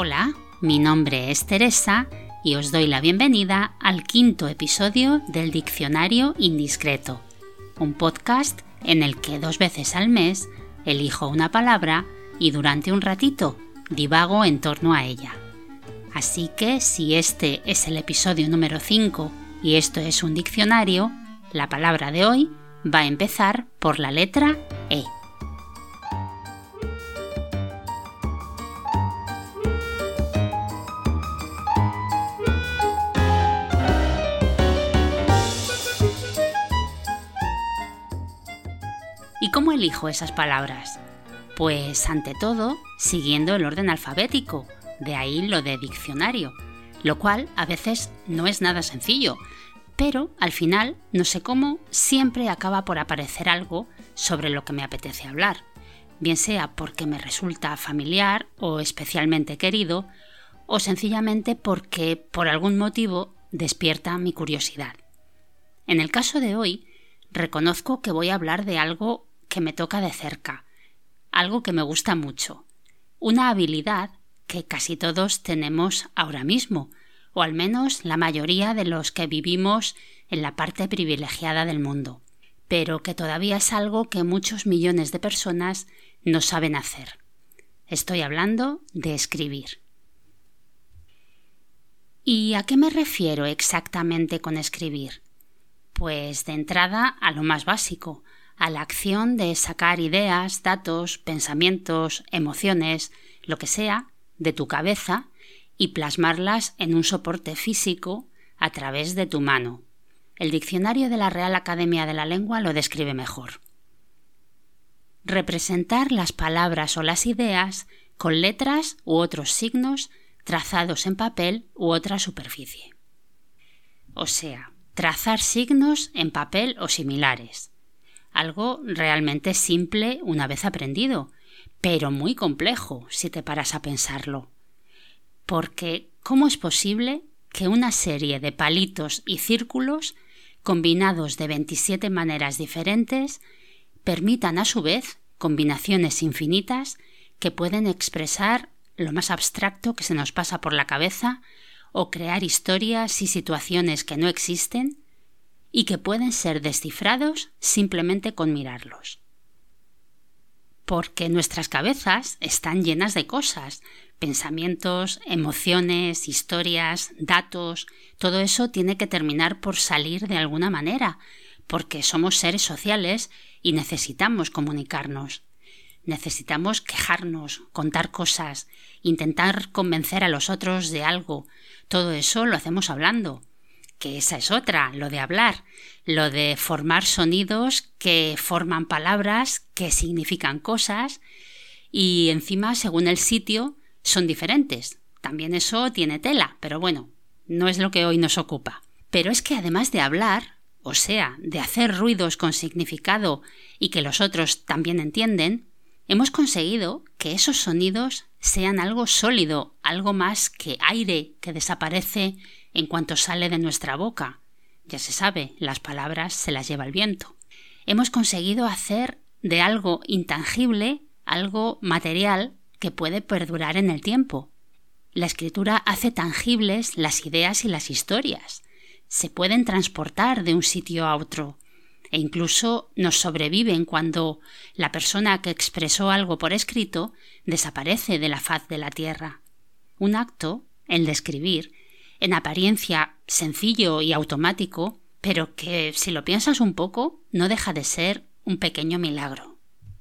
Hola, mi nombre es Teresa y os doy la bienvenida al 5º episodio del Diccionario Indiscreto, un podcast en el que 2 veces al mes elijo una palabra y durante un ratito divago en torno a ella. Así que si este es el episodio número 5 y esto es un diccionario, la palabra de hoy va a empezar por la letra E. ¿Y cómo elijo esas palabras? Pues ante todo, siguiendo el orden alfabético, de ahí lo de diccionario, lo cual a veces no es nada sencillo, pero al final, no sé cómo, siempre acaba por aparecer algo sobre lo que me apetece hablar, bien sea porque me resulta familiar o especialmente querido, o sencillamente porque por algún motivo despierta mi curiosidad. En el caso de hoy, reconozco que voy a hablar de algo que me toca de cerca, algo que me gusta mucho, una habilidad que casi todos tenemos ahora mismo, o al menos la mayoría de los que vivimos en la parte privilegiada del mundo, pero que todavía es algo que muchos millones de personas no saben hacer. Estoy hablando de escribir. ¿Y a qué me refiero exactamente con escribir? Pues de entrada a lo más básico, a la acción de sacar ideas, datos, pensamientos, emociones, lo que sea, de tu cabeza y plasmarlas en un soporte físico a través de tu mano. El diccionario de la Real Academia de la Lengua lo describe mejor. Representar las palabras o las ideas con letras u otros signos trazados en papel u otra superficie. O sea, trazar signos en papel o similares. Algo realmente simple una vez aprendido, pero muy complejo si te paras a pensarlo. Porque, ¿cómo es posible que una serie de palitos y círculos, combinados de 27 maneras diferentes, permitan a su vez combinaciones infinitas que pueden expresar lo más abstracto que se nos pasa por la cabeza o crear historias y situaciones que no existen y que pueden ser descifrados simplemente con mirarlos? Porque nuestras cabezas están llenas de cosas, pensamientos, emociones, historias, datos, todo eso tiene que terminar por salir de alguna manera, porque somos seres sociales y necesitamos comunicarnos. Necesitamos quejarnos, contar cosas, intentar convencer a los otros de algo. Todo eso lo hacemos hablando. Que esa es otra, lo de hablar, lo de formar sonidos que forman palabras, que significan cosas y encima, según el sitio, son diferentes. También eso tiene tela, pero bueno, no es lo que hoy nos ocupa. Pero es que además de hablar, o sea, de hacer ruidos con significado y que los otros también entienden, hemos conseguido que esos sonidos sean algo sólido, algo más que aire que desaparece en cuanto sale de nuestra boca. Ya se sabe, las palabras se las lleva el viento. Hemos conseguido hacer de algo intangible algo material que puede perdurar en el tiempo. La escritura hace tangibles las ideas y las historias. Se pueden transportar de un sitio a otro e incluso nos sobreviven cuando la persona que expresó algo por escrito desaparece de la faz de la tierra. Un acto, el de escribir, en apariencia sencillo y automático, pero que, si lo piensas un poco, no deja de ser un pequeño milagro.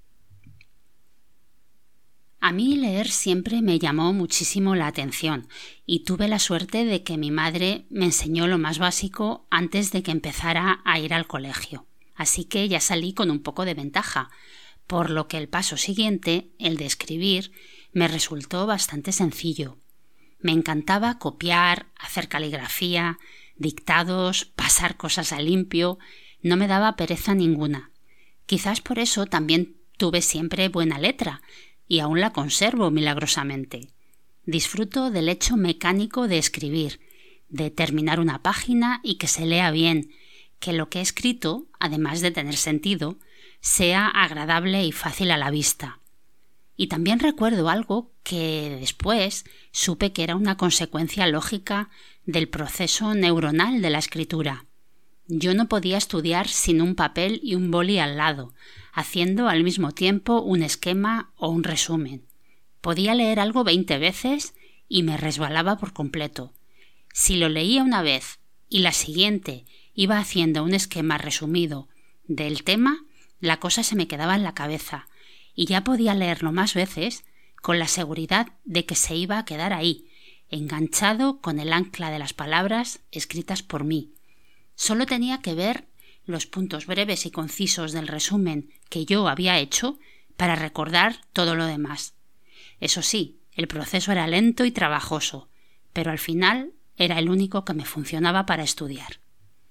A mí leer siempre me llamó muchísimo la atención y tuve la suerte de que mi madre me enseñó lo más básico antes de que empezara a ir al colegio. Así que ya salí con un poco de ventaja, por lo que el paso siguiente, el de escribir, me resultó bastante sencillo. Me encantaba copiar, hacer caligrafía, dictados, pasar cosas a limpio, no me daba pereza ninguna. Quizás por eso también tuve siempre buena letra, y aún la conservo milagrosamente. Disfruto del hecho mecánico de escribir, de terminar una página y que se lea bien, que lo que he escrito, además de tener sentido, sea agradable y fácil a la vista. Y también recuerdo algo que después supe que era una consecuencia lógica del proceso neuronal de la escritura. Yo no podía estudiar sin un papel y un boli al lado, haciendo al mismo tiempo un esquema o un resumen. Podía leer algo 20 veces y me resbalaba por completo. Si lo leía una vez y la siguiente iba haciendo un esquema resumido del tema, la cosa se me quedaba en la cabeza y ya podía leerlo más veces con la seguridad de que se iba a quedar ahí, enganchado con el ancla de las palabras escritas por mí. Solo tenía que ver los puntos breves y concisos del resumen que yo había hecho para recordar todo lo demás. Eso sí, el proceso era lento y trabajoso, pero al final era el único que me funcionaba para estudiar.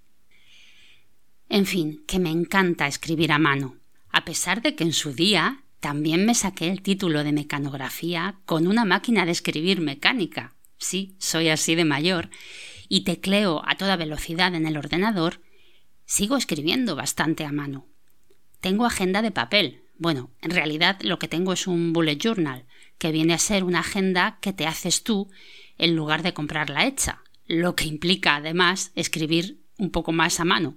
En fin, que me encanta escribir a mano, a pesar de que en su día también me saqué el título de mecanografía con una máquina de escribir mecánica. Sí, soy así de mayor, y tecleo a toda velocidad en el ordenador. Sigo escribiendo bastante a mano. Tengo agenda de papel. Bueno, en realidad lo que tengo es un bullet journal, que viene a ser una agenda que te haces tú en lugar de comprarla hecha, lo que implica además escribir un poco más a mano.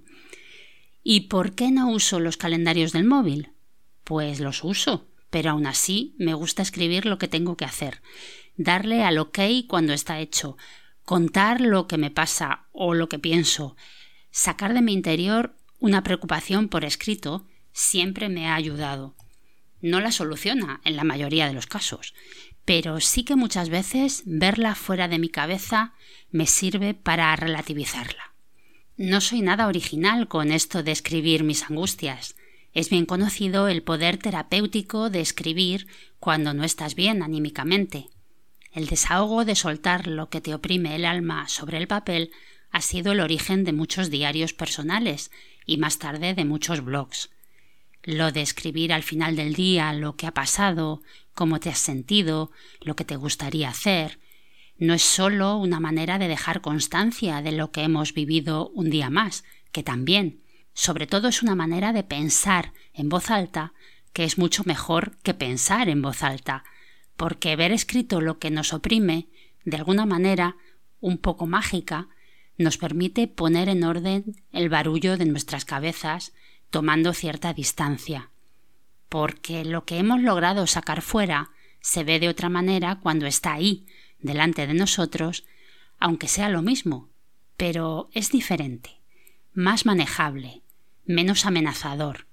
¿Y por qué no uso los calendarios del móvil? Pues los uso, pero aún así me gusta escribir lo que tengo que hacer, darle al OK cuando está hecho, contar lo que me pasa o lo que pienso, sacar de mi interior una preocupación por escrito siempre me ha ayudado. No la soluciona en la mayoría de los casos, pero sí que muchas veces verla fuera de mi cabeza me sirve para relativizarla. No soy nada original con esto de escribir mis angustias. Es bien conocido el poder terapéutico de escribir cuando no estás bien anímicamente. El desahogo de soltar lo que te oprime el alma sobre el papel ha sido el origen de muchos diarios personales y más tarde de muchos blogs. Lo de escribir al final del día lo que ha pasado, cómo te has sentido, lo que te gustaría hacer, no es solo una manera de dejar constancia de lo que hemos vivido un día más, que también, sobre todo es una manera de pensar en voz alta, que es mucho mejor que pensar en voz alta, porque ver escrito lo que nos oprime, de alguna manera, un poco mágica, nos permite poner en orden el barullo de nuestras cabezas, tomando cierta distancia. Porque lo que hemos logrado sacar fuera se ve de otra manera cuando está ahí, delante de nosotros, aunque sea lo mismo, pero es diferente, más manejable, menos amenazador.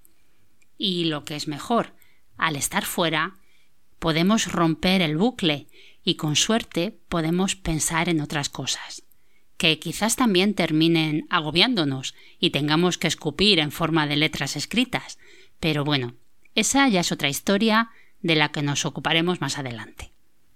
Y lo que es mejor, al estar fuera, podemos romper el bucle y con suerte podemos pensar en otras cosas, que quizás también terminen agobiándonos y tengamos que escupir en forma de letras escritas, pero bueno, esa ya es otra historia de la que nos ocuparemos más adelante.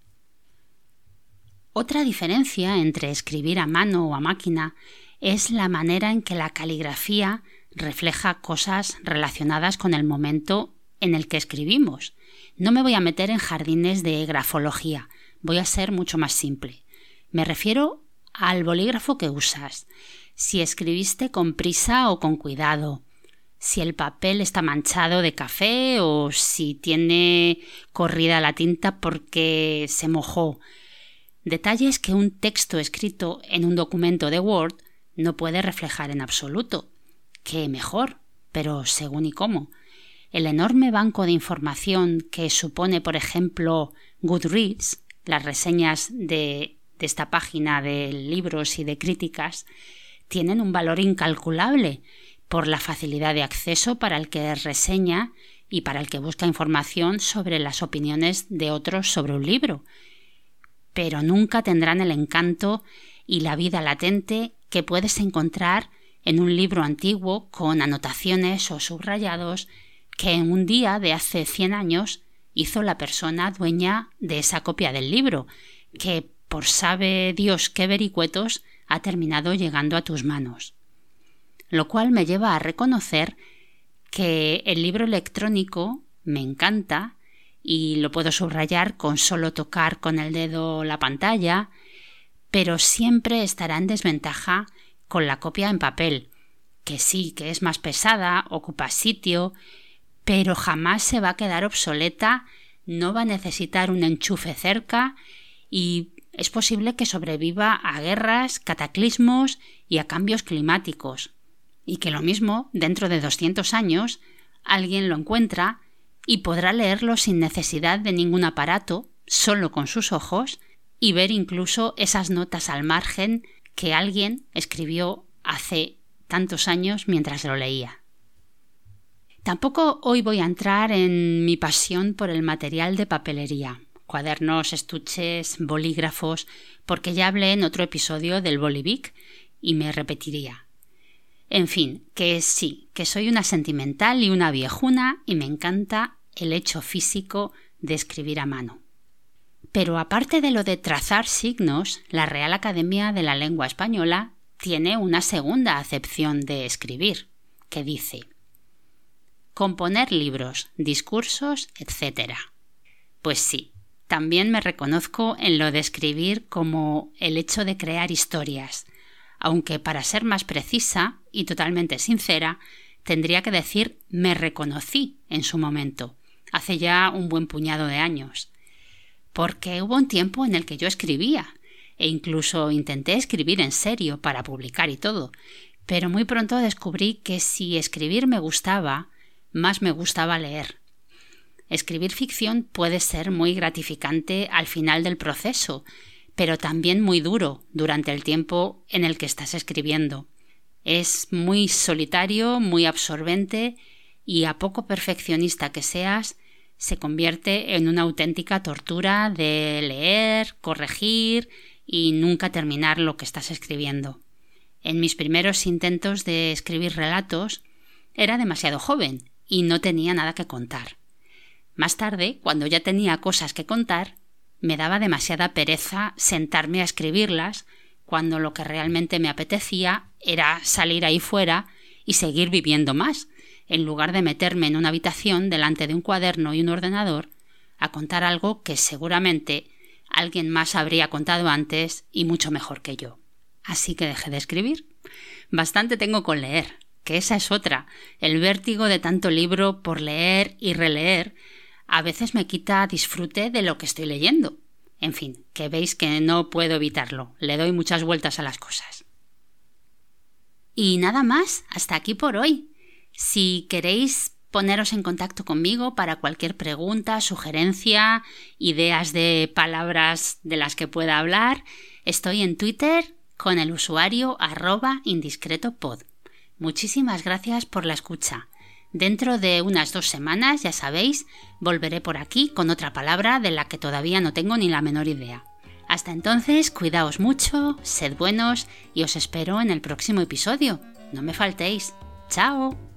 Otra diferencia entre escribir a mano o a máquina es la manera en que la caligrafía refleja cosas relacionadas con el momento en el que escribimos. No me voy a meter en jardines de grafología, voy a ser mucho más simple. Me refiero al bolígrafo que usas, si escribiste con prisa o con cuidado, si el papel está manchado de café o si tiene corrida la tinta porque se mojó. Detalles que un texto escrito en un documento de Word no puede reflejar en absoluto. Que mejor, pero según y cómo. El enorme banco de información que supone, por ejemplo, Goodreads, las reseñas de esta página de libros y de críticas, tienen un valor incalculable por la facilidad de acceso para el que reseña y para el que busca información sobre las opiniones de otros sobre un libro. Pero nunca tendrán el encanto y la vida latente que puedes encontrar en un libro antiguo con anotaciones o subrayados que en un día de hace 100 años hizo la persona dueña de esa copia del libro, que por sabe Dios qué vericuetos ha terminado llegando a tus manos. Lo cual me lleva a reconocer que el libro electrónico me encanta y lo puedo subrayar con solo tocar con el dedo la pantalla, pero siempre estará en desventaja con la copia en papel, que sí, que es más pesada, ocupa sitio, pero jamás se va a quedar obsoleta no va a necesitar un enchufe cerca y es posible que sobreviva a guerras, cataclismos y a cambios climáticos. Y que lo mismo, dentro de 200 años, alguien lo encuentra y podrá leerlo sin necesidad de ningún aparato, solo con sus ojos, y ver incluso esas notas al margen que alguien escribió hace tantos años mientras lo leía. Tampoco hoy voy a entrar en mi pasión por el material de papelería, cuadernos, estuches, bolígrafos, porque ya hablé en otro episodio del Bolivic y me repetiría. En fin, que sí, que soy una sentimental y una viejuna y me encanta el hecho físico de escribir a mano. Pero aparte de lo de trazar signos, la Real Academia de la Lengua Española tiene una segunda acepción de escribir, que dice: componer libros, discursos, etc. Pues sí, también me reconozco en lo de escribir como el hecho de crear historias, aunque para ser más precisa y totalmente sincera, tendría que decir me reconocí en su momento, hace ya un buen puñado de años. Porque hubo un tiempo en el que yo escribía, e incluso intenté escribir en serio para publicar y todo, pero muy pronto descubrí que si escribir me gustaba, más me gustaba leer. Escribir ficción puede ser muy gratificante al final del proceso, pero también muy duro durante el tiempo en el que estás escribiendo. Es muy solitario, muy absorbente y a poco perfeccionista que seas, se convierte en una auténtica tortura de leer, corregir y nunca terminar lo que estás escribiendo. En mis primeros intentos de escribir relatos era demasiado joven y no tenía nada que contar. Más tarde, cuando ya tenía cosas que contar, me daba demasiada pereza sentarme a escribirlas cuando lo que realmente me apetecía era salir ahí fuera y seguir viviendo más, en lugar de meterme en una habitación delante de un cuaderno y un ordenador a contar algo que seguramente alguien más habría contado antes y mucho mejor que yo. Así que dejé de escribir. Bastante tengo con leer, que esa es otra. El vértigo de tanto libro por leer y releer a veces me quita disfrute de lo que estoy leyendo. En fin, que veis que no puedo evitarlo. Le doy muchas vueltas a las cosas. Y nada más, hasta aquí por hoy. Si queréis poneros en contacto conmigo para cualquier pregunta, sugerencia, ideas de palabras de las que pueda hablar, estoy en Twitter con el usuario @indiscretopod. Muchísimas gracias por la escucha. Dentro de unas 2 semanas, ya sabéis, volveré por aquí con otra palabra de la que todavía no tengo ni la menor idea. Hasta entonces, cuidaos mucho, sed buenos y os espero en el próximo episodio. No me faltéis. ¡Chao!